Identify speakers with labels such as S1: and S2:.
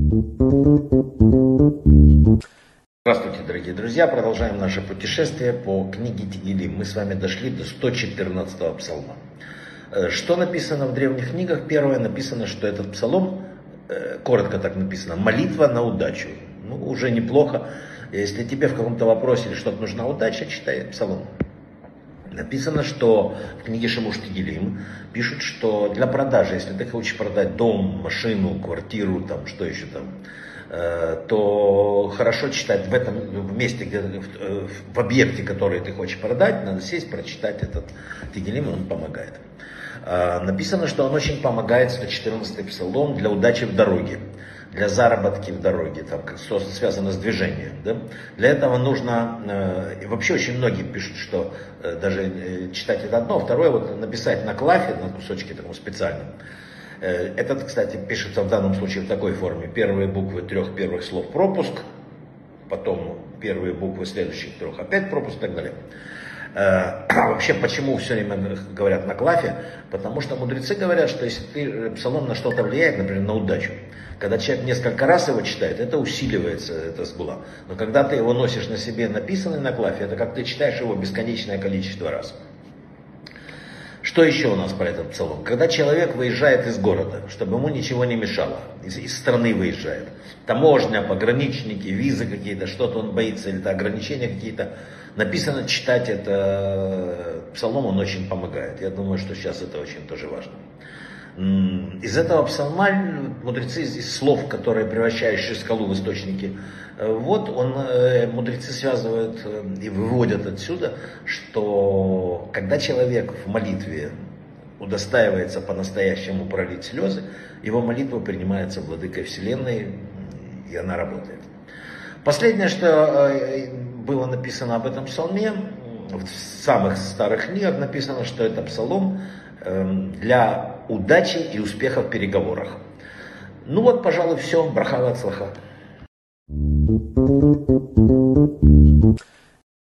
S1: Здравствуйте, дорогие друзья! Продолжаем наше путешествие по книге Тегилим. Мы с вами дошли до 114-го псалма. Что написано в древних книгах? Первое, написано, что этот псалом, коротко так написано, молитва на удачу. Ну, уже неплохо. Если тебе в каком-то вопросе или что-то нужна удача, читай псалом. Написано, что в книге Шемуш Тегилим пишут, что для продажи, если ты хочешь продать дом, машину, квартиру, там, что еще там, то хорошо читать в этом месте, в объекте, который ты хочешь продать, надо сесть, прочитать этот Тегилим, он помогает. Написано, что он очень помогает, 114-й псалом, для удачи в дороге, для заработки в дороге, там, что связано с движением. Да? Для этого нужно, вообще очень многие пишут, что даже читать это одно, второе, вот написать на клафе, на кусочке таком специальном. Этот, кстати, пишется в данном случае в такой форме. Первые буквы 3 первых слов пропуск, потом первые буквы следующих 3 опять пропуск и так далее. Вообще, почему все время говорят на клафе? Потому что мудрецы говорят, что если псалом на что-то влияет, например, на удачу, когда человек несколько раз его читает, это усиливается, это сгула. Но когда ты его носишь на себе написанный на клафе, это как ты читаешь его бесконечное количество раз. Что еще у нас про этот псалом? Когда человек выезжает из города, чтобы ему ничего не мешало, из страны выезжает, таможня, пограничники, визы какие-то, что-то он боится, или это ограничения какие-то, написано читать это псалом, он очень помогает. Я думаю, что сейчас это очень тоже важно. Из этого псалма мудрецы, из слов, которые превращающие скалу в источники, вот мудрецы связывают и выводят отсюда, что когда человек в молитве удостаивается по-настоящему пролить слезы, его молитва принимается владыкой Вселенной, и она работает. Последнее, что было написано об этом псалме, в самых старых книгах написано, что это псалом для удачи и успеха в переговорах. Ну вот, пожалуй, все. Браха ва ацлаха.